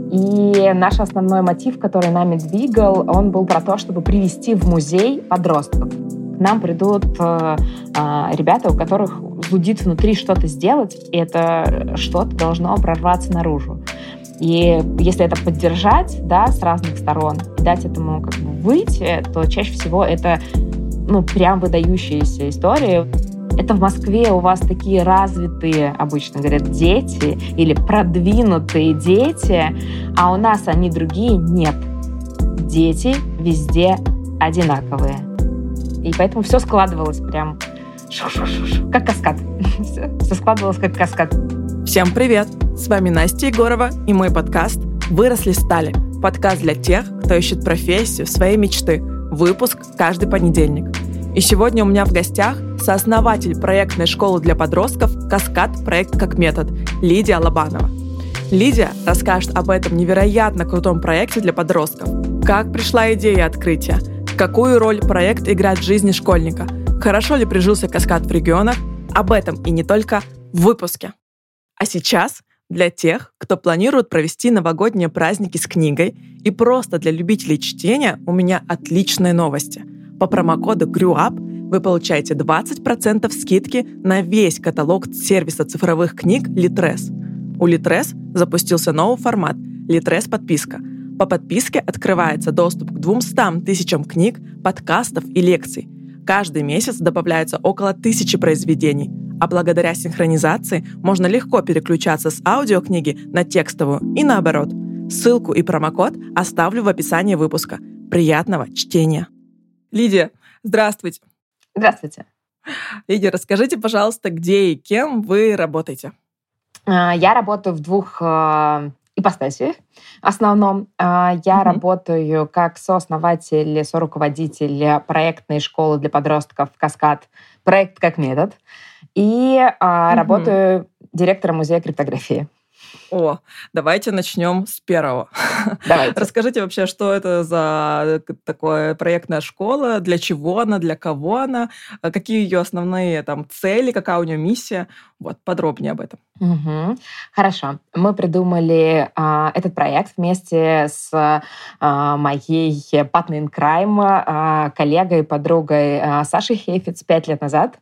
И наш основной мотив, который нами двигал, он был про то, чтобы привести в музей подростков. К нам придут ребята, у которых зудит внутри что-то сделать, и это что-то должно прорваться наружу. И если это поддержать, да, с разных сторон, и дать этому как бы выйти, то чаще всего это прям выдающиеся истории. Это в Москве у вас такие развитые, обычно говорят, дети или продвинутые дети, а у нас они другие нет. Дети везде одинаковые. И поэтому все складывалось прям как каскад. Все складывалось как каскад. Всем привет! С вами Настя Егорова и мой подкаст «Выросли, стали». Подкаст для тех, кто ищет профессию своей мечты. Выпуск каждый понедельник. И сегодня у меня в гостях сооснователь проектной школы для подростков «Каскад. Проект как метод» Лидия Лобанова. Лидия расскажет об этом невероятно крутом проекте для подростков. Как пришла идея открытия? Какую роль проект играет в жизни школьника? Хорошо ли прижился «Каскад» в регионах? Об этом и не только в выпуске. А сейчас для тех, кто планирует провести новогодние праздники с книгой, и просто для любителей чтения у меня отличные новости. По промокоду GREWUP вы получаете 20% скидки на весь каталог сервиса цифровых книг Литрес. У Литрес запустился новый формат Литрес подписка. По подписке открывается доступ к 200 тысячам книг, подкастов и лекций. Каждый месяц добавляется около 1000 произведений, а благодаря синхронизации можно легко переключаться с аудиокниги на текстовую и наоборот. Ссылку и промокод оставлю в описании выпуска. Приятного чтения! Лидия, здравствуйте. Здравствуйте. Лидия, расскажите, пожалуйста, где и кем вы работаете? Я работаю в двух ипостасиях. В основном я работаю как сооснователь, соруководитель проектной школы для подростков «Каскад. Проект как метод». И работаю директором музея криптографии. О, давайте начнем с первого. Давайте. Расскажите вообще, что это за такая проектная школа, для чего она, для кого она, какие ее основные цели, какая у нее миссия. Вот, подробнее об этом. Хорошо. Мы придумали этот проект вместе с моей partner in crime, коллегой, подругой Сашей Хейфиц 5 лет назад.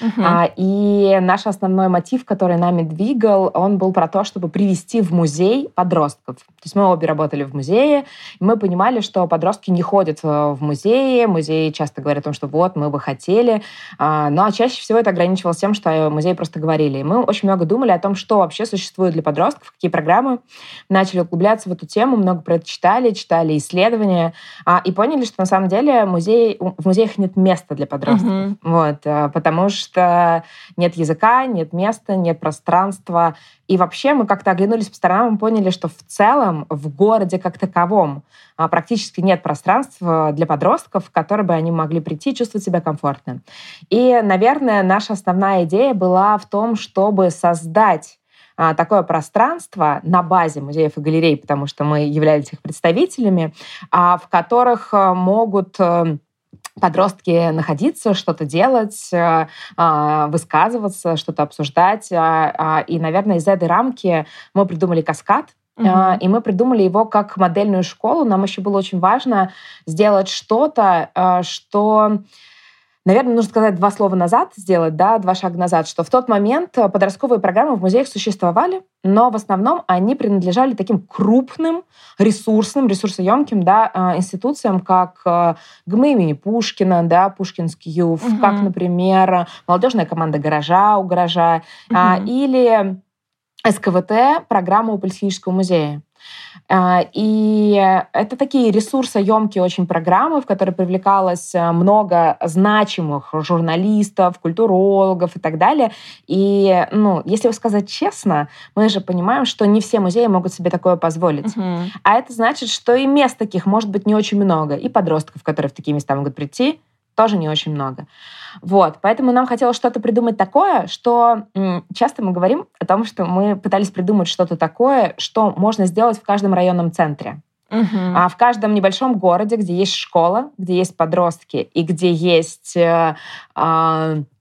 И наш основной мотив, который нами двигал, он был про то, чтобы привести в музей подростков. То есть мы обе работали в музее, и мы понимали, что подростки не ходят в музеи. Музеи часто говорят о том, что вот, мы бы хотели. Но чаще всего это ограничивалось тем, что музеи просто говорили. И мы очень много думали о том, что вообще существует для подростков, какие программы. Начали углубляться в эту тему, много про это читали исследования, и поняли, что на самом деле в музеях нет места для подростков. Потому что нет языка, нет места, нет пространства. И вообще мы как-то оглянулись по сторонам и поняли, что в целом в городе как таковом практически нет пространства для подростков, в которое бы они могли прийти и чувствовать себя комфортно. И, наверное, наша основная идея была в том, чтобы создать такое пространство на базе музеев и галерей, потому что мы являлись их представителями, в которых могут подростки находиться, что-то делать, высказываться, что-то обсуждать. И, наверное, из этой рамки мы придумали «Каскад», и мы придумали его как модельную школу. Нам еще было очень важно сделать что-то, что... Наверное, нужно сказать 2 слова назад, сделать, 2 шага назад, что в тот момент подростковые программы в музеях существовали, но в основном они принадлежали таким крупным, ресурсоемким институциям, как ГМИ имени Пушкина, Пушкинский ЮФ, как, например, молодежная команда «Гаража» у «Гаража», или СКВТ, программа у Политехнического музея. И это такие ресурсоемкие очень программы, в которые привлекалось много значимых журналистов, культурологов и так далее. И, если сказать честно, мы же понимаем, что не все музеи могут себе такое позволить. А это значит, что и мест таких может быть не очень много, и подростков, которые в такие места могут прийти, тоже не очень много. Поэтому нам хотелось что-то придумать такое, что часто мы говорим о том, что мы пытались придумать что-то такое, что можно сделать в каждом районном центре. А в каждом небольшом городе, где есть школа, где есть подростки и где есть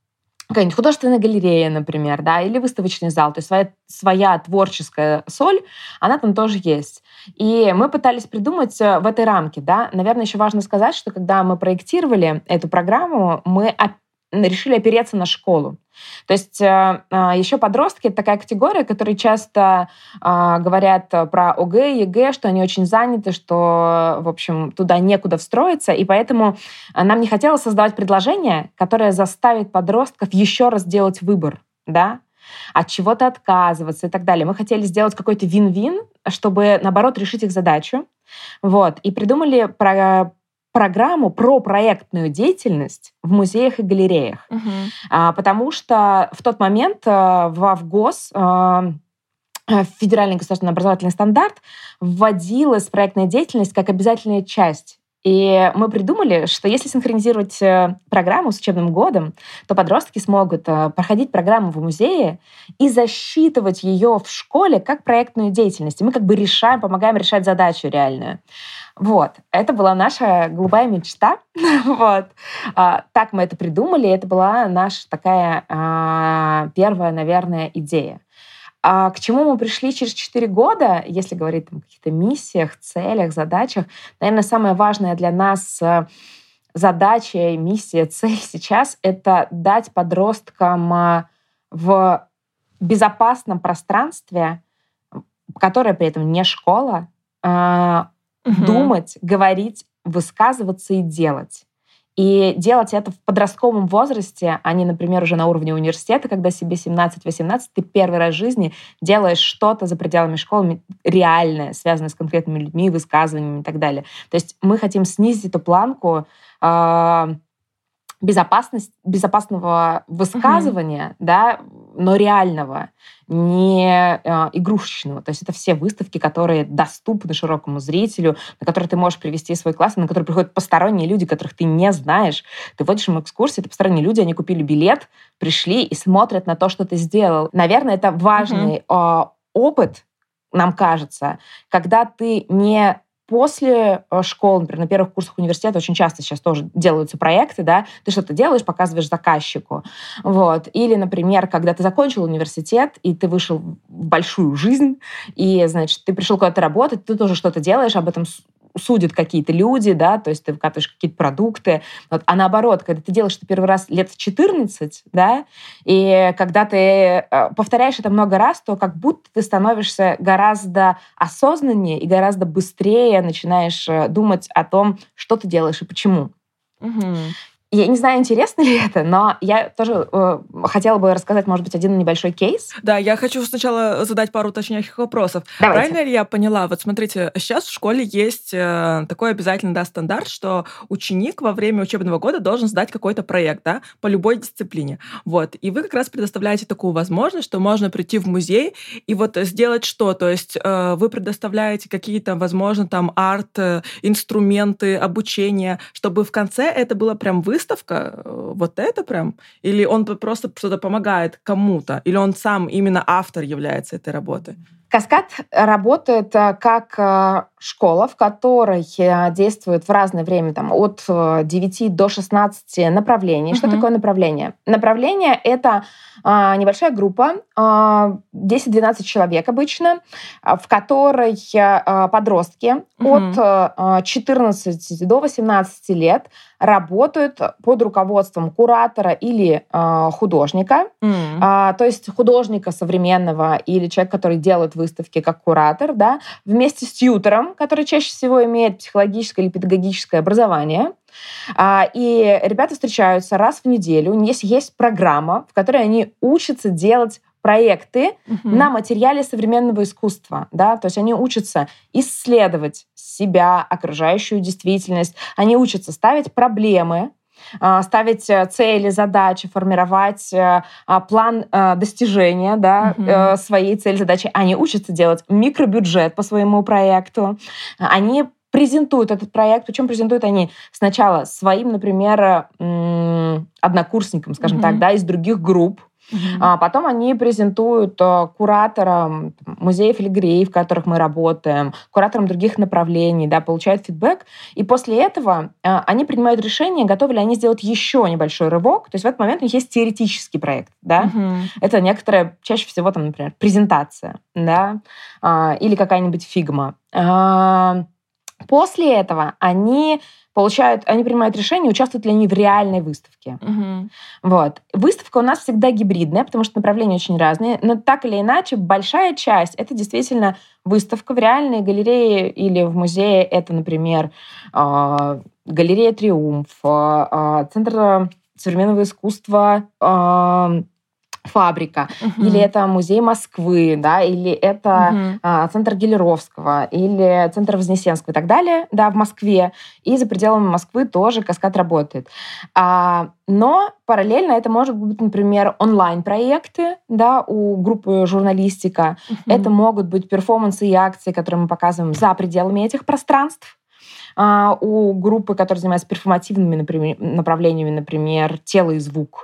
какая-нибудь художественная галерея, например, да, или выставочный зал, то есть своя творческая соль, она там тоже есть. И мы пытались придумать в этой рамке, да. Наверное, еще важно сказать, что когда мы проектировали эту программу, мы решили опереться на школу. То есть еще подростки — это такая категория, которые часто говорят про ОГЭ, ЕГЭ, что они очень заняты, что, в общем, туда некуда встроиться, и поэтому нам не хотелось создавать предложение, которое заставит подростков еще раз делать выбор, да, от чего-то отказываться и так далее. Мы хотели сделать какой-то вин-вин, чтобы, наоборот, решить их задачу. Вот. И придумали программу про проектную деятельность в музеях и галереях. Потому что в тот момент в ВГОС, Федеральный государственный образовательный стандарт, вводилась проектная деятельность как обязательная часть. И мы придумали, что если синхронизировать программу с учебным годом, то подростки смогут проходить программу в музее и засчитывать ее в школе как проектную деятельность. И мы как бы помогаем решать задачу реальную. Вот. Это была наша голубая мечта. Вот. Так мы это придумали. Это была наша такая первая, наверное, идея. А к чему мы пришли через 4 года, если говорить о каких-то миссиях, целях, задачах? Наверное, самая важная для нас задача, миссия, цель сейчас — это дать подросткам в безопасном пространстве, которое при этом не школа, думать, говорить, высказываться и делать. И делать это в подростковом возрасте, а не, например, уже на уровне университета, когда себе 17-18, ты первый раз в жизни делаешь что-то за пределами школы реальное, связанное с конкретными людьми, высказываниями и так далее. То есть мы хотим снизить эту планку безопасного высказывания, да, но реального, не игрушечного. То есть это все выставки, которые доступны широкому зрителю, на которые ты можешь привести свой класс, на которые приходят посторонние люди, которых ты не знаешь. Ты водишь им экскурсии, это посторонние люди, они купили билет, пришли и смотрят на то, что ты сделал. Наверное, это важный опыт, нам кажется, когда ты не после школы, например, на первых курсах университета очень часто сейчас тоже делаются проекты, да, ты что-то делаешь, показываешь заказчику. Вот. Или, например, когда ты закончил университет, и ты вышел в большую жизнь, и, значит, ты пришел куда-то работать, ты тоже что-то делаешь, об этом судят какие-то люди, да, то есть ты выкатываешь какие-то продукты. Вот. А наоборот, когда ты делаешь это первый раз лет в 14, да, и когда ты повторяешь это много раз, то как будто ты становишься гораздо осознаннее и гораздо быстрее начинаешь думать о том, что ты делаешь и почему. Я не знаю, интересно ли это, но я тоже хотела бы рассказать, может быть, один небольшой кейс. Да, я хочу сначала задать пару уточняющих вопросов. Давайте. Правильно ли я поняла? Вот смотрите, сейчас в школе есть такой обязательный, да, стандарт, что ученик во время учебного года должен сдать какой-то проект, да, по любой дисциплине. Вот. И вы как раз предоставляете такую возможность, что можно прийти в музей и вот сделать что? То есть вы предоставляете какие-то, возможно, там арт-инструменты, обучение, чтобы в конце это было прям выставка, вот это прям? Или он просто что-то помогает кому-то? Или он сам именно автор является этой работы? Каскад работает как школа, в которой действует в разное время там, от 9 до 16 направлений. Что такое направление? Направление — это небольшая группа, 10-12 человек обычно, в которой подростки от 14 до 18 лет работают под руководством куратора или художника, то есть художника современного или человека, который делает выставки как куратор, да, вместе с тьютором, который чаще всего имеет психологическое или педагогическое образование. И ребята встречаются раз в неделю. У них есть программа, в которой они учатся делать проекты на материале современного искусства. Да? То есть они учатся исследовать себя, окружающую действительность. Они учатся ставить проблемы, ставить цели, задачи, формировать план достижения, да, своей цели, задачи. Они учатся делать микробюджет по своему проекту. Они презентуют этот проект. Причем презентуют они сначала своим, например, однокурсникам, скажем так, да, из других групп. Потом они презентуют кураторам музеев или галерей, в которых мы работаем, кураторам других направлений, да, получают фидбэк. И после этого они принимают решение, готовы ли они сделать еще небольшой рывок. То есть в этот момент у них есть теоретический проект. Да? Это некоторая, чаще всего, там, например, презентация, да, или какая-нибудь фигма. После этого они принимают решение, участвуют ли они в реальной выставке. Вот. Выставка у нас всегда гибридная, потому что направления очень разные, но так или иначе большая часть — это действительно выставка в реальной галерее или в музее. Это, например, галерея «Триумф», Центр современного искусства «Фабрика», или это музей Москвы, да, или это центр Гелеровского, или центр Вознесенского и так далее, да, в Москве. И за пределами Москвы тоже Каскад работает. Но параллельно это может быть, например, онлайн-проекты, да, у группы «Журналистика». Это могут быть перформансы и акции, которые мы показываем за пределами этих пространств. У группы, которая занимается перформативными направлениями, например, тело и звук.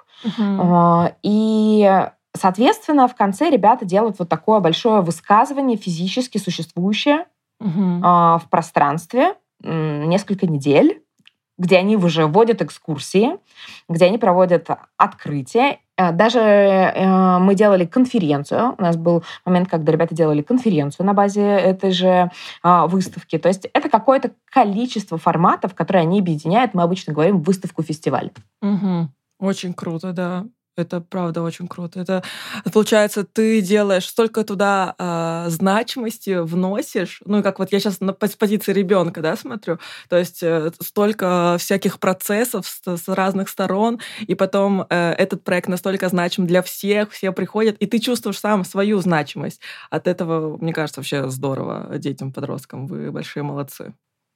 И, соответственно, в конце ребята делают вот такое большое высказывание, физически существующее в пространстве несколько недель, где они уже вводят экскурсии, где они проводят открытия. Даже мы делали конференцию. У нас был момент, когда ребята делали конференцию на базе этой же выставки. То есть это какое-то количество форматов, которые они объединяют. Мы обычно говорим выставку-фестиваль. Очень круто, да. Это правда очень круто. Это, получается, ты делаешь столько туда значимости вносишь, ну, как вот я сейчас с позиции ребенка, да, смотрю, то есть столько всяких процессов с разных сторон, и потом этот проект настолько значим для всех, все приходят, и ты чувствуешь сам свою значимость. От этого, мне кажется, вообще здорово детям, подросткам. Вы большие молодцы.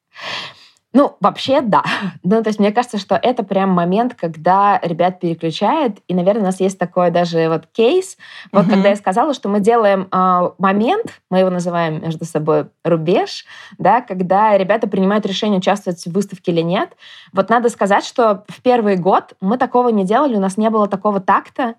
Ну, вообще, да. Ну, то есть мне кажется, что это прям момент, когда ребят переключает. И, наверное, у нас есть такой даже вот кейс. Вот когда я сказала, что мы делаем момент, мы его называем между собой рубеж, да, когда ребята принимают решение, участвовать в выставке или нет. Вот надо сказать, что в первый год мы такого не делали, у нас не было такого такта.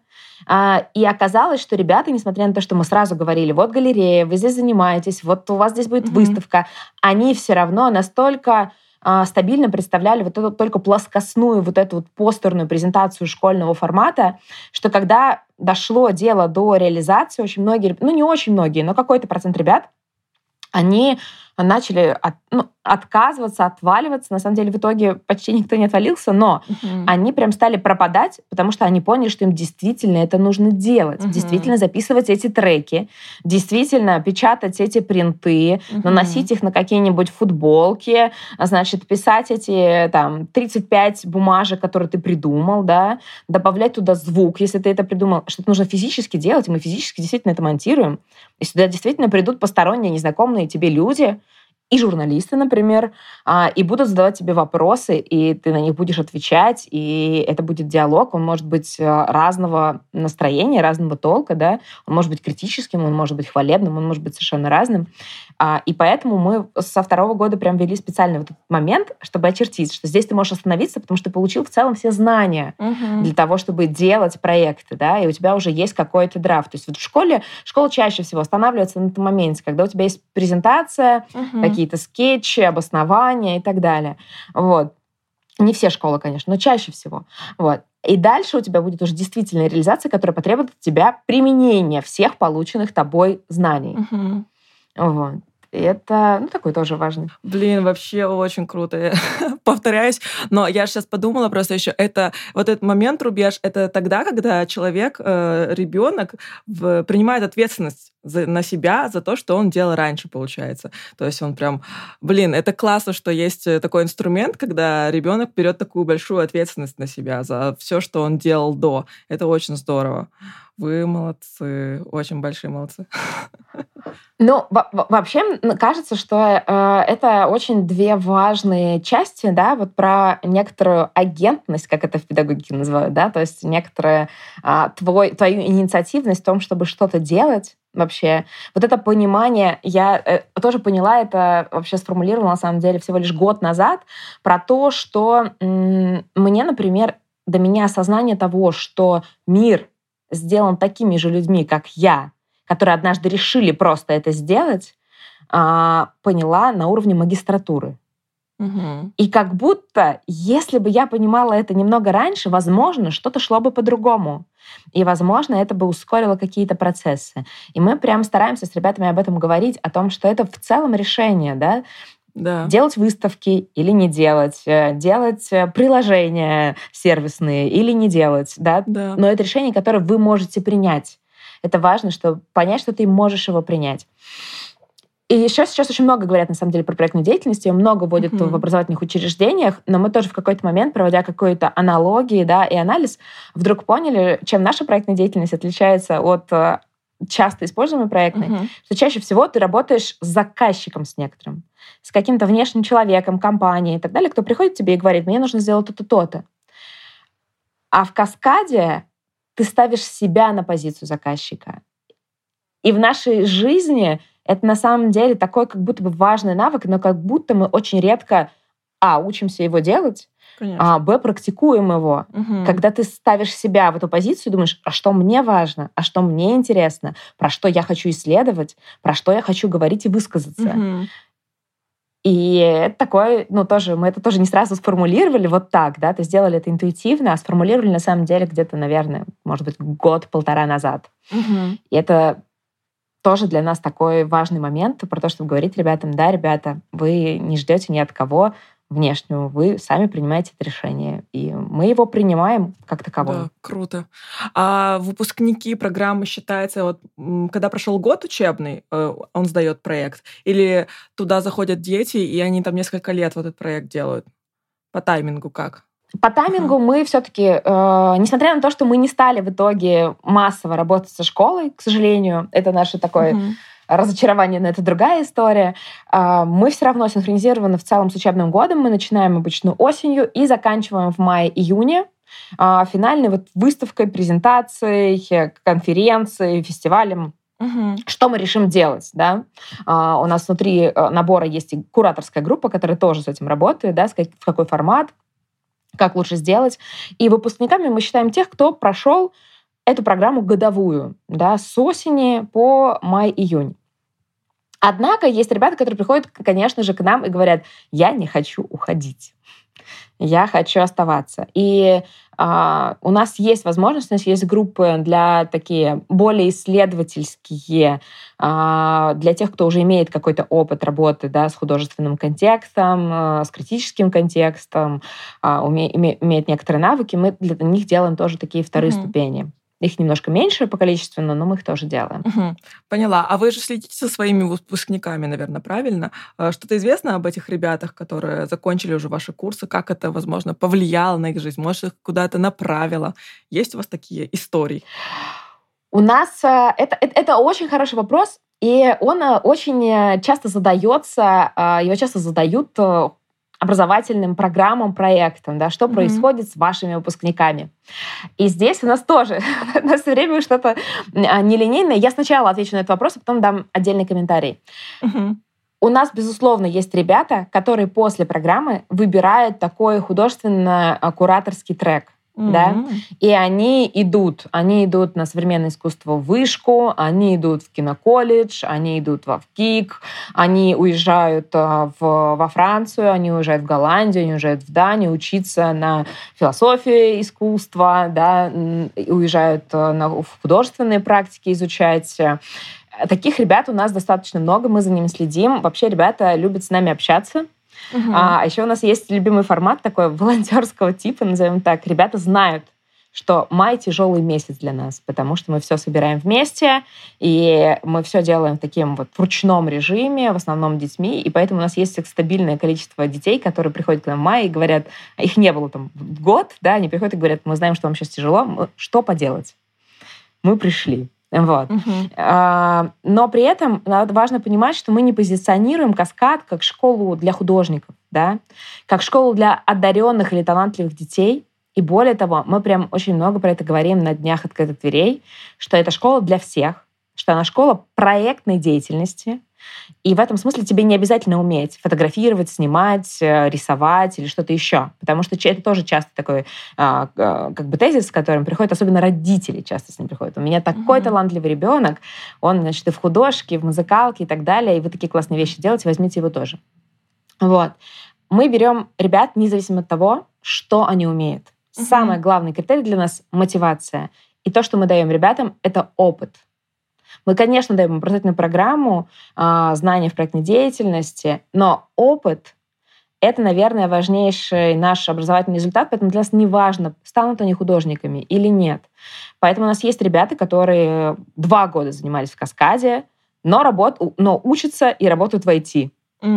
И оказалось, что ребята, несмотря на то, что мы сразу говорили, вот галерея, вы здесь занимаетесь, вот у вас здесь будет выставка, они все равно настолько стабильно представляли вот эту только плоскостную, вот эту вот постерную презентацию школьного формата, что когда дошло дело до реализации, очень многие, ну не очень многие, но какой-то процент ребят, они начали отказываться, отваливаться. На самом деле в итоге почти никто не отвалился, но они прям стали пропадать, потому что они поняли, что им действительно это нужно делать. Действительно записывать эти треки, действительно печатать эти принты, наносить их на какие-нибудь футболки, значит, писать эти там 35 бумажек, которые ты придумал, да, добавлять туда звук, если ты это придумал. Что-то нужно физически делать, и мы физически действительно это монтируем. И сюда действительно придут посторонние, незнакомые тебе люди, и журналисты, например, и будут задавать тебе вопросы, и ты на них будешь отвечать, и это будет диалог, он может быть разного настроения, разного толка, да, он может быть критическим, он может быть хвалебным, он может быть совершенно разным. И поэтому мы со второго года прям ввели специально вот этот момент, чтобы очертить, что здесь ты можешь остановиться, потому что ты получил в целом все знания для того, чтобы делать проекты, да, и у тебя уже есть какой-то драфт. То есть вот в школа чаще всего останавливается на этом моменте, когда у тебя есть презентация, какие-то скетчи, обоснования и так далее. Вот. Не все школы, конечно, но чаще всего. Вот. И дальше у тебя будет уже действительно реализация, которая потребует от тебя применения всех полученных тобой знаний. Вот. И это, такой тоже важный. Блин, вообще очень круто. Я повторяюсь, но я сейчас подумала просто еще, это вот этот момент рубеж, это тогда, когда человек, ребенок, принимает ответственность на себя за то, что он делал раньше, получается. То есть он прям, это классно, что есть такой инструмент, когда ребенок берет такую большую ответственность на себя за все, что он делал до. Это очень здорово. Вы молодцы, очень большие молодцы. Вообще, кажется, что это очень две важные части, да, вот про некоторую агентность, как это в педагогике называют, да, то есть некоторую твою инициативность в том, чтобы что-то делать вообще. Вот это понимание, я тоже поняла, это вообще сформулировала, на самом деле, всего лишь год назад, про то, что мне, например, до меня осознание того, что мир сделан такими же людьми, как я, которые однажды решили просто это сделать, поняла на уровне магистратуры. Мгм. И как будто, если бы я понимала это немного раньше, возможно, что-то шло бы по-другому. И, возможно, это бы ускорило какие-то процессы. И мы прям стараемся с ребятами об этом говорить, о том, что это в целом решение, да, Да. делать выставки или не делать, делать приложения сервисные или не делать, да. Да. Но это решение, которое вы можете принять. Это важно, чтобы понять, что ты можешь его принять. И еще сейчас очень много говорят, на самом деле, про проектную деятельность, ее много вводят в образовательных учреждениях, но мы тоже в какой-то момент, проводя какую-то аналогии, да, и анализ, вдруг поняли, чем наша проектная деятельность отличается от часто используемой проектной, что чаще всего ты работаешь с заказчиком, с некоторым, с каким-то внешним человеком, компанией и так далее, кто приходит к тебе и говорит, мне нужно сделать то-то, то-то. А в каскаде ты ставишь себя на позицию заказчика. И в нашей жизни это на самом деле такой как будто бы важный навык, но как будто мы очень редко учимся его делать, Конечно. практикуем его. Когда ты ставишь себя в эту позицию, думаешь, а что мне важно, а что мне интересно, про что я хочу исследовать, про что я хочу говорить и высказаться. И это такое, тоже, мы это тоже не сразу сформулировали вот так, да, то есть сделали это интуитивно, а сформулировали на самом деле где-то, наверное, может быть, год-полтора назад. И это тоже для нас такой важный момент про то, чтобы говорить ребятам, да, ребята, вы не ждете ни от кого внешнего, вы сами принимаете это решение. И мы его принимаем как таковое. Да, круто. А выпускники программы считается, вот когда прошел год учебный, он сдает проект, или туда заходят дети, и они там несколько лет вот этот проект делают? По таймингу как? По таймингу мы все-таки, несмотря на то, что мы не стали в итоге массово работать со школой, к сожалению, это наше такое разочарование, но это другая история, мы все равно синхронизированы в целом с учебным годом. Мы начинаем обычно осенью и заканчиваем в мае-июне финальной вот выставкой, презентацией, конференцией, фестивалем. Что мы решим делать, да? У нас внутри набора есть и кураторская группа, которая тоже с этим работает, да, в какой формат, как лучше сделать. И выпускниками мы считаем тех, кто прошел эту программу годовую, да, с осени по май-июнь. Однако есть ребята, которые приходят, конечно же, к нам и говорят, я не хочу уходить, я хочу оставаться. И у нас есть возможность, у нас есть группы для такие более исследовательские, для тех, кто уже имеет какой-то опыт работы, да, с художественным контекстом, с критическим контекстом, имеет некоторые навыки. Мы для них делаем тоже такие вторые ступени. Их немножко меньше по количеству, но мы их тоже делаем. Поняла. А вы же следите за своими выпускниками, наверное, правильно? Что-то известно об этих ребятах, которые закончили уже ваши курсы? Как это, возможно, повлияло на их жизнь? Может, их куда-то направило? Есть у вас такие истории? У нас это очень хороший вопрос, и он очень часто задается, его часто задают образовательным программам, проектам, да, что происходит с вашими выпускниками. И здесь у нас тоже на все время что-то нелинейное. Я сначала отвечу на этот вопрос, а потом дам отдельный комментарий. У нас, безусловно, есть ребята, которые после программы выбирают такой художественно-кураторский трек. Да? И они идут на современное искусство в вышку, они идут в киноколледж, они идут в ВКИК, они уезжают во Францию, они уезжают в Голландию, они уезжают в Данию учиться на философию искусства, да? Уезжают в художественные практики изучать. Таких ребят у нас достаточно много, мы за ними следим. Вообще ребята любят с нами общаться. А еще у нас есть любимый формат такой волонтерского типа, назовем так. Ребята знают, что май тяжелый месяц для нас, потому что мы все собираем вместе, и мы все делаем в таким вот в ручном режиме, в основном детьми, и поэтому у нас есть стабильное количество детей, которые приходят к нам в мае и говорят, их не было там год, да, они приходят и говорят, мы знаем, что вам сейчас тяжело, что поделать? Мы пришли. Вот. Но при этом важно понимать, что мы не позиционируем «Каскад» как школу для художников, да? Как школу для одаренных или талантливых детей. И более того, мы прям очень много про это говорим на днях открытых дверей, что это школа для всех, что она школа проектной деятельности, И в этом смысле тебе не обязательно уметь фотографировать, снимать, рисовать или что-то еще. Потому что это тоже часто такой как бы тезис, с которым приходят, особенно родители часто с ним приходят. У меня такой талантливый ребенок, он, значит, и в художке, и в музыкалке и так далее, и вы такие классные вещи делаете, возьмите его тоже. Вот. Мы берем ребят независимо от того, что они умеют. Самый главный критерий для нас — мотивация. И то, что мы даем ребятам, это опыт. Мы, конечно, даем образовательную программу, знания в проектной деятельности, но опыт — это, наверное, важнейший наш образовательный результат, поэтому для нас не важно, станут они художниками или нет. Поэтому у нас есть ребята, которые 2 года занимались в «Каскаде», но учатся и работают в IT.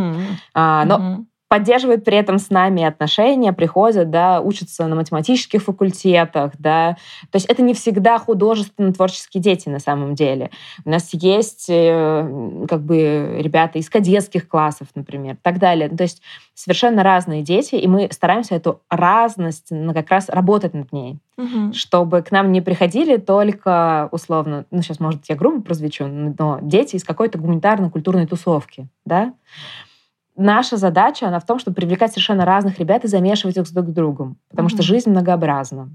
Но поддерживают при этом с нами отношения, приходят, да, учатся на математических факультетах, да. То есть это не всегда художественно-творческие дети на самом деле. У нас есть как бы ребята из кадетских классов, например, и так далее. То есть совершенно разные дети, и мы стараемся эту разность как раз работать над ней, чтобы к нам не приходили только, условно, сейчас, может, я грубо прозвучу, но дети из какой-то гуманитарно-культурной тусовки, да. Наша задача, она в том, чтобы привлекать совершенно разных ребят и замешивать их друг с другом, потому что жизнь многообразна.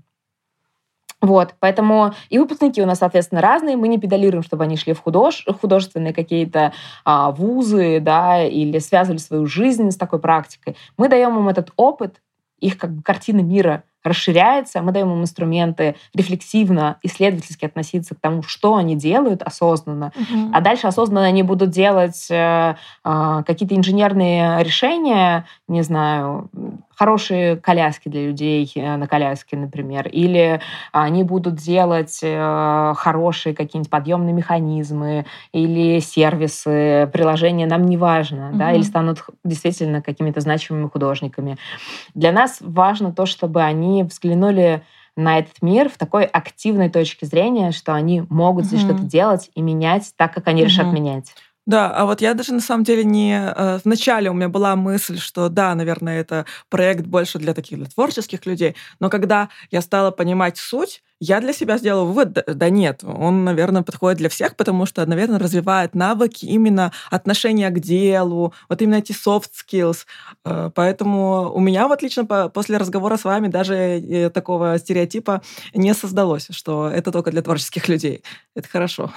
Вот, поэтому и выпускники у нас, соответственно, разные. Мы не педалируем, чтобы они шли в художественные какие-то вузы, да, или связывали свою жизнь с такой практикой. Мы даем им этот опыт, их как бы картина мира расширяется, мы даем им инструменты рефлексивно, исследовательски относиться к тому, что они делают осознанно. А дальше осознанно они будут делать какие-то инженерные решения, не знаю, хорошие коляски для людей на коляске, например, или они будут делать хорошие какие-нибудь подъемные механизмы или сервисы, приложения, нам не важно, да, или станут действительно какими-то значимыми художниками. Для нас важно то, чтобы они взглянули на этот мир в такой активной точке зрения, что они могут здесь что-то делать и менять так, как они решат менять. Да, а вот я даже на самом деле не... Вначале у меня была мысль, что да, наверное, это проект больше для творческих людей, но когда я стала понимать суть, я для себя сделала вывод, да нет, он, наверное, подходит для всех, потому что, наверное, развивает навыки именно отношения к делу, вот именно эти soft skills. Поэтому у меня вот лично после разговора с вами даже такого стереотипа не создалось, что это только для творческих людей. Это хорошо.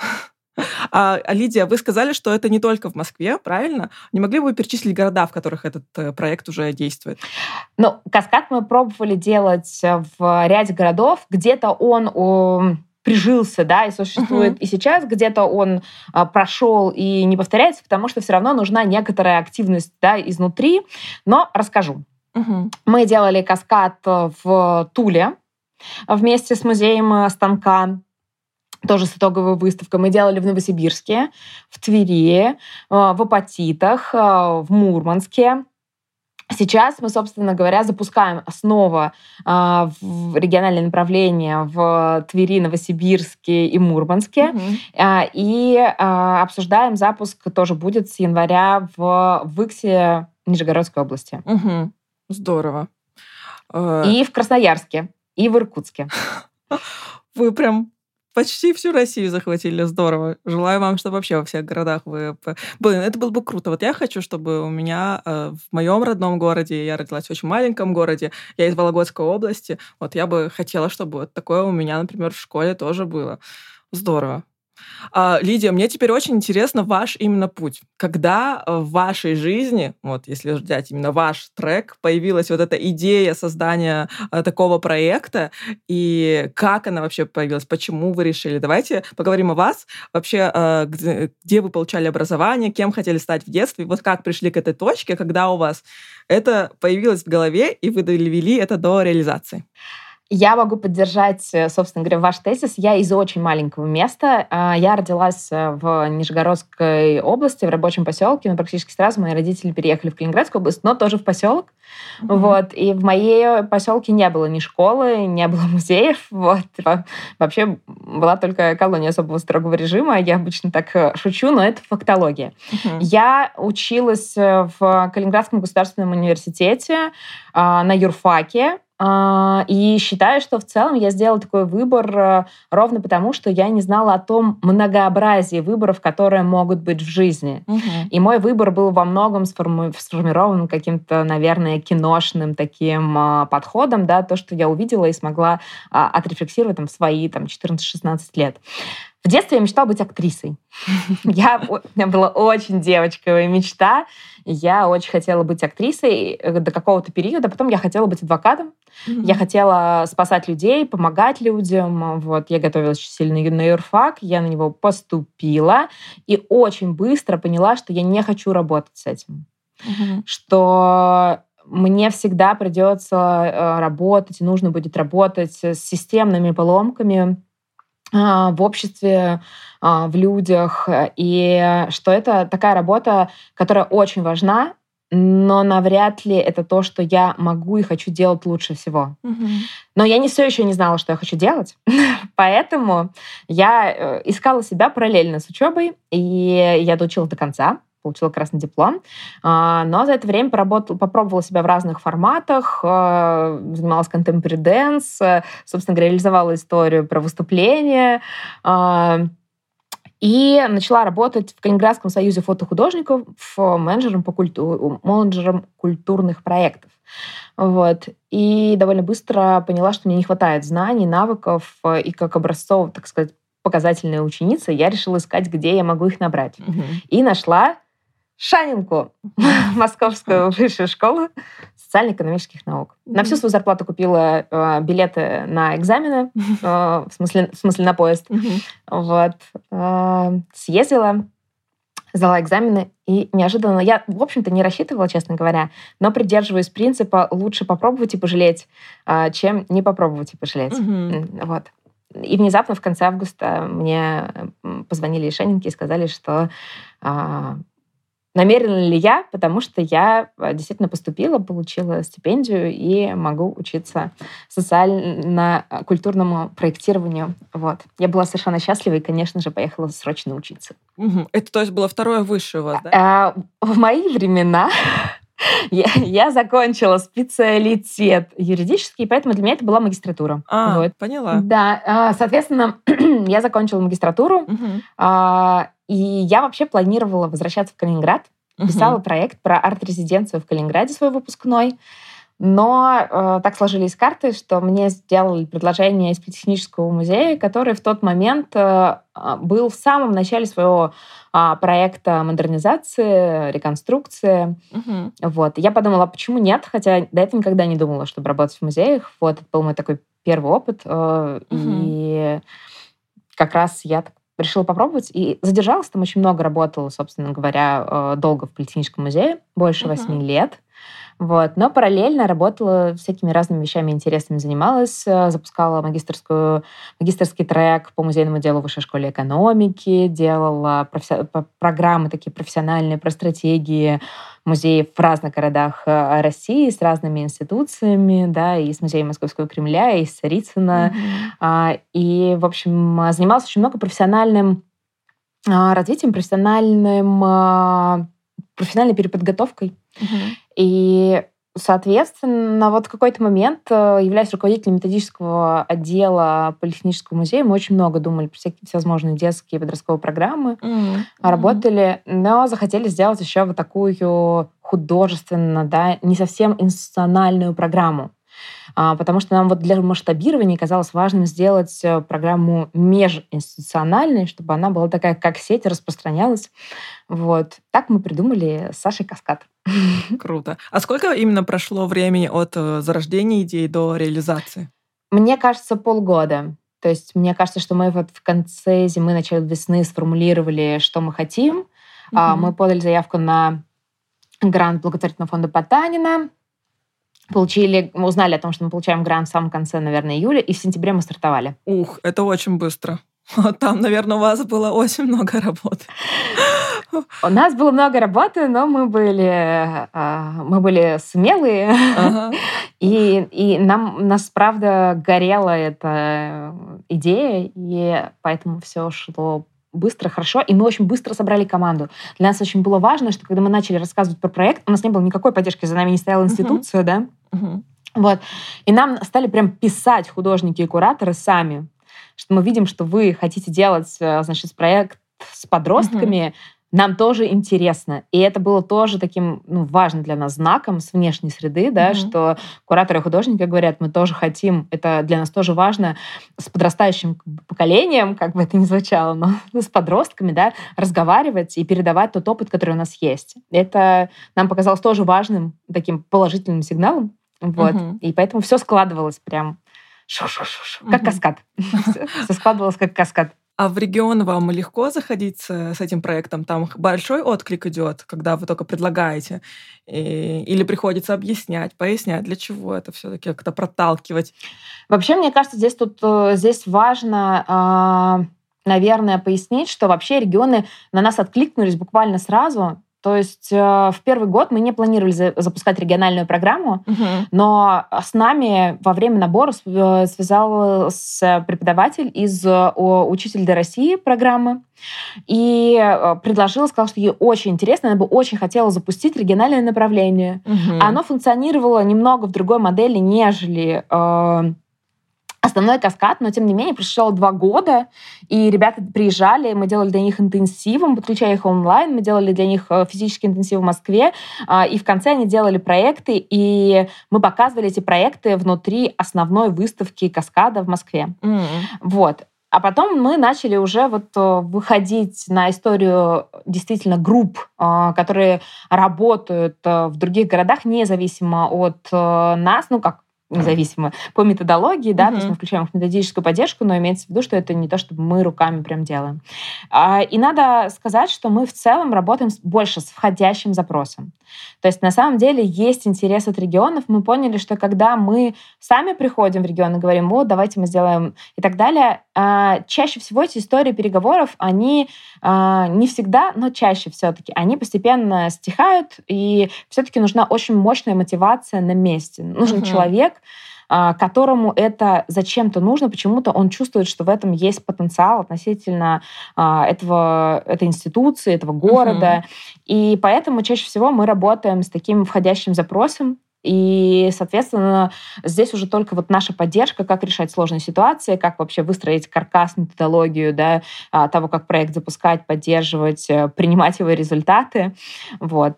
Лидия, вы сказали, что это не только в Москве, правильно? Не могли бы вы перечислить города, в которых этот проект уже действует? Ну, «Каскад» мы пробовали делать в ряде городов. Где-то он прижился, да, и существует и сейчас, где-то он прошел и не повторяется, потому что все равно нужна некоторая активность, да, изнутри. Но расскажу. Мы делали «Каскад» в Туле вместе с музеем станка. Тоже с итоговой выставкой. Мы делали в Новосибирске, в Твери, в Апатитах, в Мурманске. Сейчас мы, собственно говоря, запускаем снова в региональные направления в Твери, Новосибирске и Мурманске. И обсуждаем запуск, тоже будет с января в Иксе Нижегородской области. Здорово. И в Красноярске, и в Иркутске. Вы прям почти всю Россию захватили, здорово. Желаю вам, чтобы вообще во всех городах вы... Блин, это было бы круто. Вот я хочу, чтобы у меня в моем родном городе, я родилась в очень маленьком городе, я из Вологодской области, вот я бы хотела, чтобы вот такое у меня, например, в школе тоже было. Здорово. Лидия, мне теперь очень интересно ваш именно путь. Когда в вашей жизни, вот если взять именно ваш трек, появилась вот эта идея создания такого проекта, и как она вообще появилась, почему вы решили? Давайте поговорим о вас. Вообще, где вы получали образование, кем хотели стать в детстве, вот как пришли к этой точке, когда у вас это появилось в голове, и вы довели это до реализации. Я могу поддержать, собственно говоря, ваш тезис. Я из очень маленького места. Я родилась в Нижегородской области, в рабочем поселке, но практически сразу мои родители переехали в Калининградскую область, но тоже в поселок. Вот. И в моей поселке не было ни школы, не было музеев. Вот. Вообще была только колония особого строгого режима. Я обычно так шучу, но это фактология. Я училась в Калининградском государственном университете на юрфаке. И считаю, что в целом я сделала такой выбор ровно потому, что я не знала о том многообразии выборов, которые могут быть в жизни. И мой выбор был во многом сформирован каким-то, наверное, киношным таким подходом, да, то, что я увидела и смогла отрефлексировать в свои 14-16 лет. В детстве я мечтала быть актрисой. У меня была очень девочковая мечта. Я очень хотела быть актрисой до какого-то периода. Потом я хотела быть адвокатом. Я хотела спасать людей, помогать людям. Я готовилась очень сильно на юрфак. Я на него поступила. И очень быстро поняла, что я не хочу работать с этим. Что мне всегда придется работать, и нужно будет работать с системными поломками в обществе, в людях, и что это такая работа, которая очень важна, но навряд ли это то, что я могу и хочу делать лучше всего. Но я все еще не знала, что я хочу делать, поэтому я искала себя параллельно с учебой, и я доучилась до конца, получила красный диплом, но за это время попробовала себя в разных форматах, занималась contemporary dance, собственно говоря, реализовала историю про выступления, и начала работать в Калининградском союзе фотохудожников менеджером культурных проектов. И довольно быстро поняла, что мне не хватает знаний, навыков, и как образцовая, так сказать, показательная ученица, я решила искать, где я могу их набрать. И нашла Шанинку, Московскую высшую школу социально-экономических наук. На всю свою зарплату купила билеты на экзамены, в смысле на поезд. Съездила, сдала экзамены, и неожиданно... Я, в общем-то, не рассчитывала, честно говоря, но придерживаюсь принципа «лучше попробовать и пожалеть, чем не попробовать и пожалеть». И внезапно в конце августа мне позвонили из Шанинки и сказали, что намерена ли я, потому что я действительно поступила, получила стипендию и могу учиться социально-культурному проектированию. Я была совершенно счастлива и, конечно же, поехала срочно учиться. Это, то есть, было второе высшее у вас, да? В мои времена я закончила специалитет юридический, поэтому для меня это была магистратура. Поняла. Да, соответственно, я закончила магистратуру, и я вообще планировала возвращаться в Калининград. Писала проект про арт-резиденцию в Калининграде, свой выпускной. Но так сложились карты, что мне сделали предложение из Политехнического музея, который в тот момент был в самом начале своего проекта модернизации, реконструкции. Я подумала, почему нет? Хотя до этого никогда не думала, чтобы работать в музеях. Это был мой такой первый опыт. И как раз я решила попробовать. И задержалась там очень много, работала, собственно говоря, долго в Политехническом музее, больше 8 лет. Но параллельно работала всякими разными вещами интересными, занималась, запускала магистерский трек по музейному делу в Высшей школе экономики, делала программы такие профессиональные про стратегии музеев в разных городах России с разными институциями, да, и с музеем Московского Кремля, и с Царицына. И, в общем, занималась очень много профессиональным развитием, профессиональной переподготовкой. И, соответственно, в какой-то момент, являясь руководителем методического отдела Политехнического музея, мы очень много думали про всякие всевозможные детские и подростковые программы, работали, но захотели сделать еще такую художественно, да, не совсем институциональную программу. Потому что нам для масштабирования казалось важным сделать программу межинституциональной, чтобы она была такая, как сеть, распространялась. Так мы придумали с Сашей «Каскад». Круто. А сколько именно прошло времени от зарождения идеи до реализации? Мне кажется, полгода. То есть мне кажется, что мы в конце зимы, начале весны сформулировали, что мы хотим. Мы подали заявку на грант благотворительного фонда Потанина. Мы узнали о том, что мы получаем грант в самом конце, наверное, июля, и в сентябре мы стартовали. Это очень быстро. Там, наверное, у вас было очень много работы. У нас было много работы, но мы были смелые. И нас, правда, горела эта идея, и поэтому все шло быстро, хорошо, и мы очень быстро собрали команду. Для нас очень было важно, что когда мы начали рассказывать про проект, у нас не было никакой поддержки, за нами не стояла институция, да? Вот. И нам стали прям писать художники и кураторы сами, что мы видим, что вы хотите делать, значит, проект с подростками, нам тоже интересно. И это было тоже таким важным для нас знаком с внешней среды, да, что кураторы и художники говорят, мы тоже хотим, это для нас тоже важно, с подрастающим поколением, как бы это ни звучало, но с подростками, да, разговаривать и передавать тот опыт, который у нас есть. Это нам показалось тоже важным таким положительным сигналом. Вот. И поэтому все складывалось прям как каскад. Все складывалось как каскад. А в регион вам легко заходить с этим проектом? Там большой отклик идет, когда вы только предлагаете? Или приходится объяснять, пояснять, для чего это все-таки как-то проталкивать? Вообще, мне кажется, здесь важно, наверное, пояснить, что вообще регионы на нас откликнулись буквально сразу. То есть в первый год мы не планировали запускать региональную программу, но с нами во время набора связался преподаватель из «Учитель для России» программы и сказала, что ей очень интересно, она бы очень хотела запустить региональное направление. Оно функционировало немного в другой модели, нежели основной каскад, но тем не менее прошло 2 года, и ребята приезжали, мы делали для них интенсивы, подключая их онлайн, мы делали для них физический интенсив в Москве, и в конце они делали проекты, и мы показывали эти проекты внутри основной выставки каскада в Москве. Вот. А потом мы начали уже выходить на историю действительно групп, которые работают в других городах, независимо от нас, независимо по методологии, да, то есть мы включаем их методическую поддержку, но имеется в виду, что это не то, чтобы мы руками прям делаем. И надо сказать, что мы в целом работаем больше с входящим запросом. То есть на самом деле есть интерес от регионов. Мы поняли, что когда мы сами приходим в регион и говорим, вот, давайте мы сделаем и так далее, чаще всего эти истории переговоров, они не всегда, но чаще все-таки, они постепенно стихают, и все-таки нужна очень мощная мотивация на месте. Нужен человек, которому это зачем-то нужно, почему-то он чувствует, что в этом есть потенциал относительно этой институции, этого города. И поэтому чаще всего мы работаем с таким входящим запросом. И, соответственно, здесь уже только наша поддержка, как решать сложные ситуации, как вообще выстроить каркас, методологию, да, того, как проект запускать, поддерживать, принимать его результаты. Вот.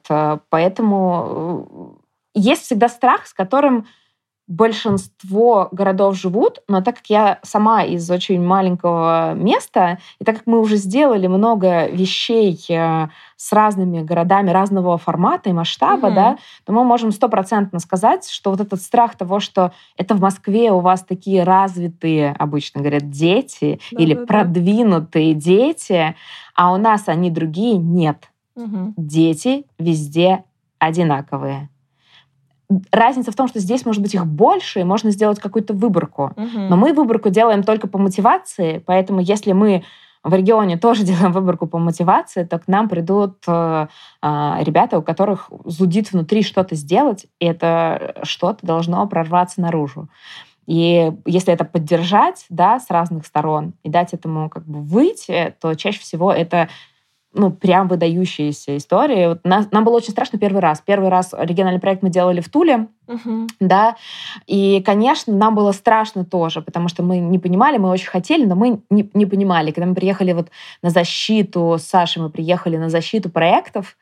Поэтому есть всегда страх, с которым большинство городов живут, но так как я сама из очень маленького места, и так как мы уже сделали много вещей с разными городами разного формата и масштаба, да, то мы можем 100% сказать, что этот страх того, что это в Москве у вас такие развитые, обычно говорят, дети или продвинутые дети, а у нас они другие, нет. Дети везде одинаковые. Разница в том, что здесь, может быть, их больше, и можно сделать какую-то выборку. Но мы выборку делаем только по мотивации, поэтому если мы в регионе тоже делаем выборку по мотивации, то к нам придут ребята, у которых зудит внутри что-то сделать, и это что-то должно прорваться наружу. И если это поддержать, да, с разных сторон и дать этому выйти, то чаще всего это прям выдающаяся история. Нам было очень страшно первый раз. Первый раз региональный проект мы делали в Туле, да, и, конечно, нам было страшно тоже, потому что мы не понимали, мы очень хотели, но мы не понимали. Когда мы приехали на защиту, с Сашей мы приехали на защиту проектов,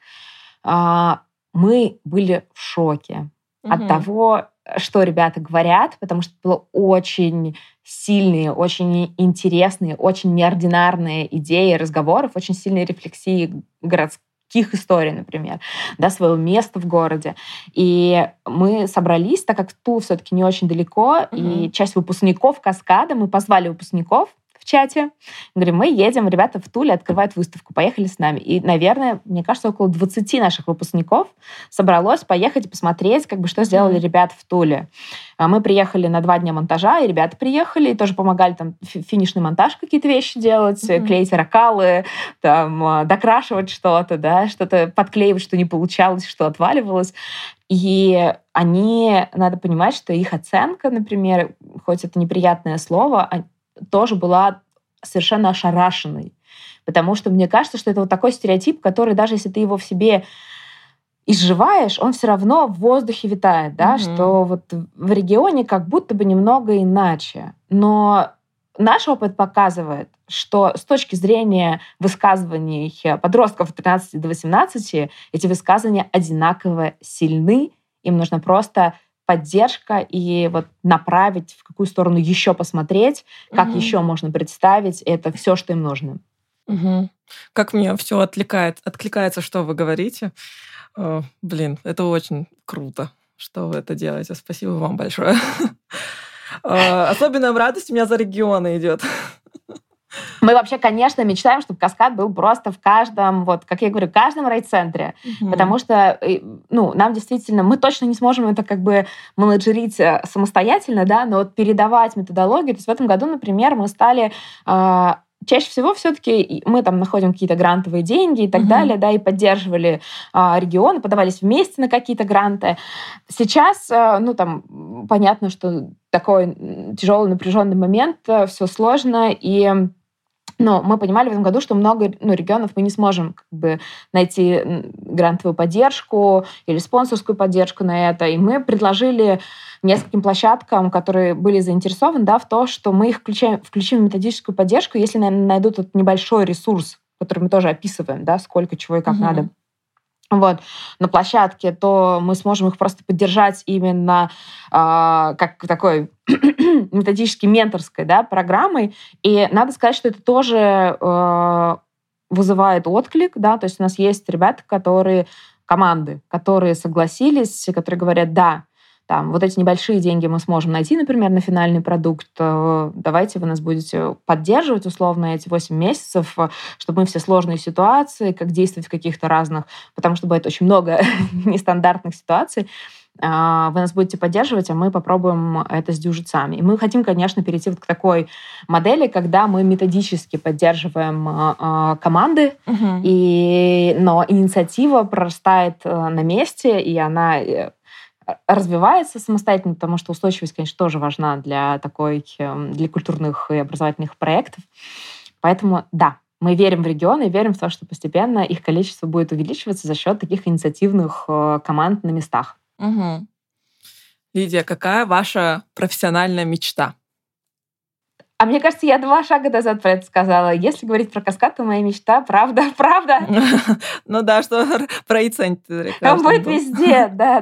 мы были в шоке от того, что ребята говорят, потому что это было очень сильные, очень интересные, очень неординарные идеи разговоров, очень сильные рефлексии городских историй, например, да, своего места в городе. И мы собрались, так как Тула все-таки не очень далеко, и часть выпускников Каскада, мы позвали выпускников в чате, говорим, мы едем, ребята в Туле открывают выставку, поехали с нами. И, наверное, мне кажется, около 20 наших выпускников собралось поехать и посмотреть, что сделали ребята в Туле. Мы приехали на 2 дня монтажа, и ребята приехали, и тоже помогали там финишный монтаж, какие-то вещи делать, клеить ракалы, там, докрашивать что-то, да, что-то подклеивать, что не получалось, что отваливалось. И надо понимать, что их оценка, например, хоть это неприятное слово, тоже была совершенно ошарашенной. Потому что мне кажется, что это такой стереотип, который даже если ты его в себе изживаешь, он все равно в воздухе витает, да, что вот в регионе как будто бы немного иначе. Но наш опыт показывает, что с точки зрения высказываний подростков от 13 до 18 эти высказывания одинаково сильны, им нужно просто поддержка и вот направить, в какую сторону еще посмотреть, как еще можно представить, это все, что им нужно. Как мне все откликается, что вы говорите. Блин, это очень круто, что вы это делаете. Спасибо вам большое. Особенная радость у меня за регионы идет. Мы вообще, конечно, мечтаем, чтобы каскад был просто в каждом, вот, как я говорю, в каждом райцентре. Потому что, нам действительно, мы точно не сможем это как бы менеджерить самостоятельно, да, но вот передавать методологию. То есть в этом году, например, мы стали... Чаще всего все-таки мы там находим какие-то грантовые деньги и так далее, да, и поддерживали регионы, подавались вместе на какие-то гранты. Сейчас, понятно, что такой тяжелый, напряженный момент, все сложно, но мы понимали в этом году, что много регионов мы не сможем как бы найти грантовую поддержку или спонсорскую поддержку на это. И мы предложили нескольким площадкам, которые были заинтересованы, да, в то, что мы их включим в методическую поддержку, если найдут этот небольшой ресурс, который мы тоже описываем, да, сколько, чего и как надо. Вот, на площадке, то мы сможем их просто поддержать именно как такой методически менторской, да, программой. И надо сказать, что это тоже вызывает отклик, да, то есть у нас есть ребята, команды, которые согласились, которые говорят, да, там, вот эти небольшие деньги мы сможем найти, например, на финальный продукт. Давайте вы нас будете поддерживать условно эти 8 месяцев, чтобы мы все сложные ситуации, как действовать в каких-то разных, потому что бывает очень много нестандартных ситуаций, вы нас будете поддерживать, а мы попробуем это сдюжить сами. И мы хотим, конечно, перейти вот к такой модели, когда мы методически поддерживаем команды, но инициатива прорастает на месте, и она развивается самостоятельно, потому что устойчивость, конечно, тоже важна для культурных и образовательных проектов. Поэтому, да, мы верим в регионы и верим в то, что постепенно их количество будет увеличиваться за счет таких инициативных команд на местах. Лидия, какая ваша профессиональная мечта? А мне кажется, я 2 шага назад про это сказала. Если говорить про каскад, то моя мечта, правда. Ну да, что про райцентр. Там будет везде, да.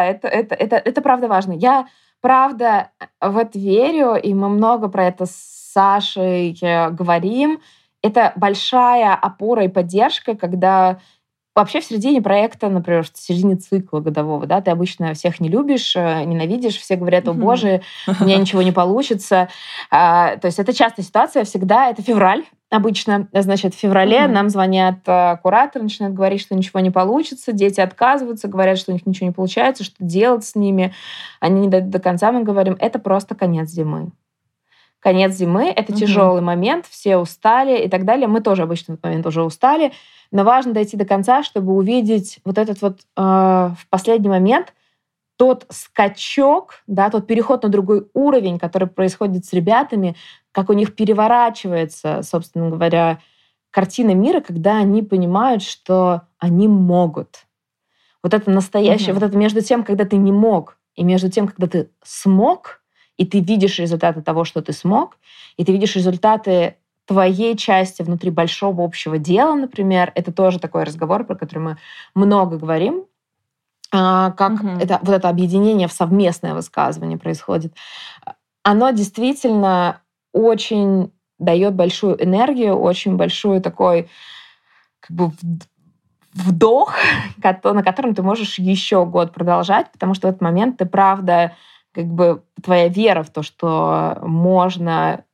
Это правда важно. Я правда в это верю, и мы много про это с Сашей говорим. Это большая опора и поддержка, когда вообще в середине проекта, например, в середине цикла годового, да, ты обычно всех не любишь, ненавидишь, все говорят, о боже, у меня ничего не получится. То есть это частая ситуация, всегда это февраль обычно. Значит, в феврале нам звонят кураторы, начинают говорить, что ничего не получится, дети отказываются, говорят, что у них ничего не получается, что делать с ними. Они не дойдут до конца, мы говорим, это просто конец зимы. Конец зимы — это тяжелый момент, все устали и так далее. Мы тоже обычно в этот момент уже устали, но важно дойти до конца, чтобы увидеть вот этот вот в последний момент тот скачок, да, тот переход на другой уровень, который происходит с ребятами, как у них переворачивается, собственно говоря, картина мира, когда они понимают, что они могут. Вот это настоящее, вот это между тем, когда ты не мог, и между тем, когда ты смог, и ты видишь результаты того, что ты смог, и ты видишь результаты твоей части внутри большого общего дела, например. Это тоже такой разговор, про который мы много говорим, как это объединение в совместное высказывание происходит. Оно действительно очень дает большую энергию, очень большой такой как бы вдох, на котором ты можешь еще год продолжать, потому что в этот момент ты, правда, как бы твоя вера в то, что можно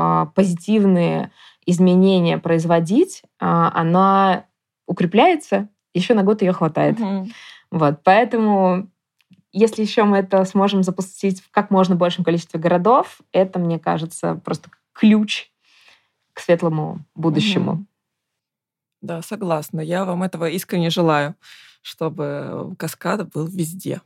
позитивные изменения производить, она укрепляется, еще на год ее хватает. Вот, поэтому если еще мы это сможем запустить в как можно большем количестве городов, это, мне кажется, просто ключ к светлому будущему. Да, согласна. Я вам этого искренне желаю, чтобы каскад был везде.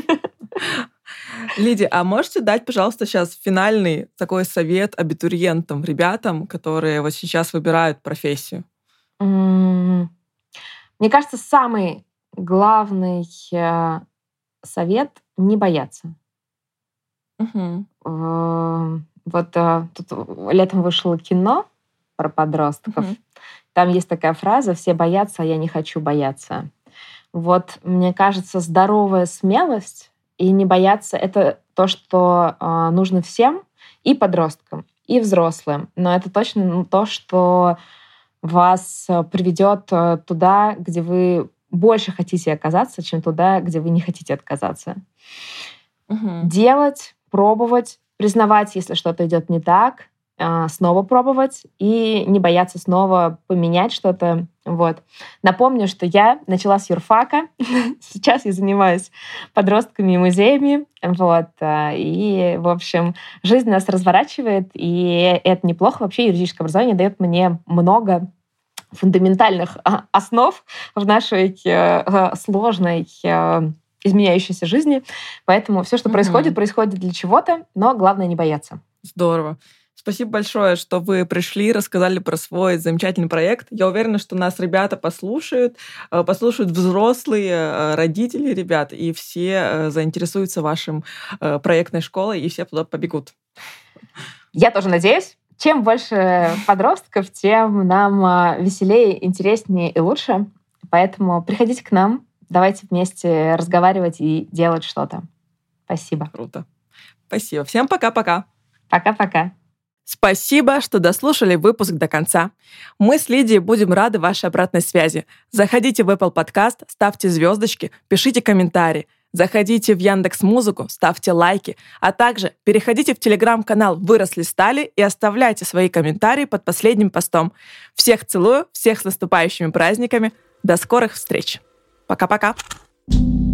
Лидия, а можете дать, пожалуйста, сейчас финальный такой совет абитуриентам, ребятам, которые вот сейчас выбирают профессию? Мне кажется, самый главный совет — не бояться. Вот тут летом вышло кино про подростков. Там есть такая фраза: «Все боятся, а я не хочу бояться». Вот, мне кажется, здоровая смелость и не бояться — это то, что нужно всем, и подросткам, и взрослым. Но это точно то, что вас приведет туда, где вы больше хотите оказаться, чем туда, где вы не хотите отказаться. Делать, пробовать, признавать, если что-то идет не так, снова пробовать и не бояться снова поменять что-то. Вот. Напомню, что я начала с юрфака. Сейчас я занимаюсь подростками и музеями. Вот. И, в общем, жизнь нас разворачивает, и это неплохо. Вообще юридическое образование дает мне много фундаментальных основ в нашей сложной изменяющейся жизни. Поэтому все, что происходит для чего-то, но главное не бояться. Здорово. Спасибо большое, что вы пришли, рассказали про свой замечательный проект. Я уверена, что нас ребята послушают взрослые, родители ребят, и все заинтересуются вашим проектной школой, и все туда побегут. Я тоже надеюсь. Чем больше подростков, тем нам веселее, интереснее и лучше. Поэтому приходите к нам, давайте вместе разговаривать и делать что-то. Спасибо. Круто. Спасибо. Всем пока-пока. Пока-пока. Спасибо, что дослушали выпуск до конца. Мы с Лидией будем рады вашей обратной связи. Заходите в Apple Podcast, ставьте звездочки, пишите комментарии. Заходите в Яндекс.Музыку, ставьте лайки, а также переходите в Телеграм-канал «Выросли стали» и оставляйте свои комментарии под последним постом. Всех целую, всех с наступающими праздниками. До скорых встреч. Пока-пока.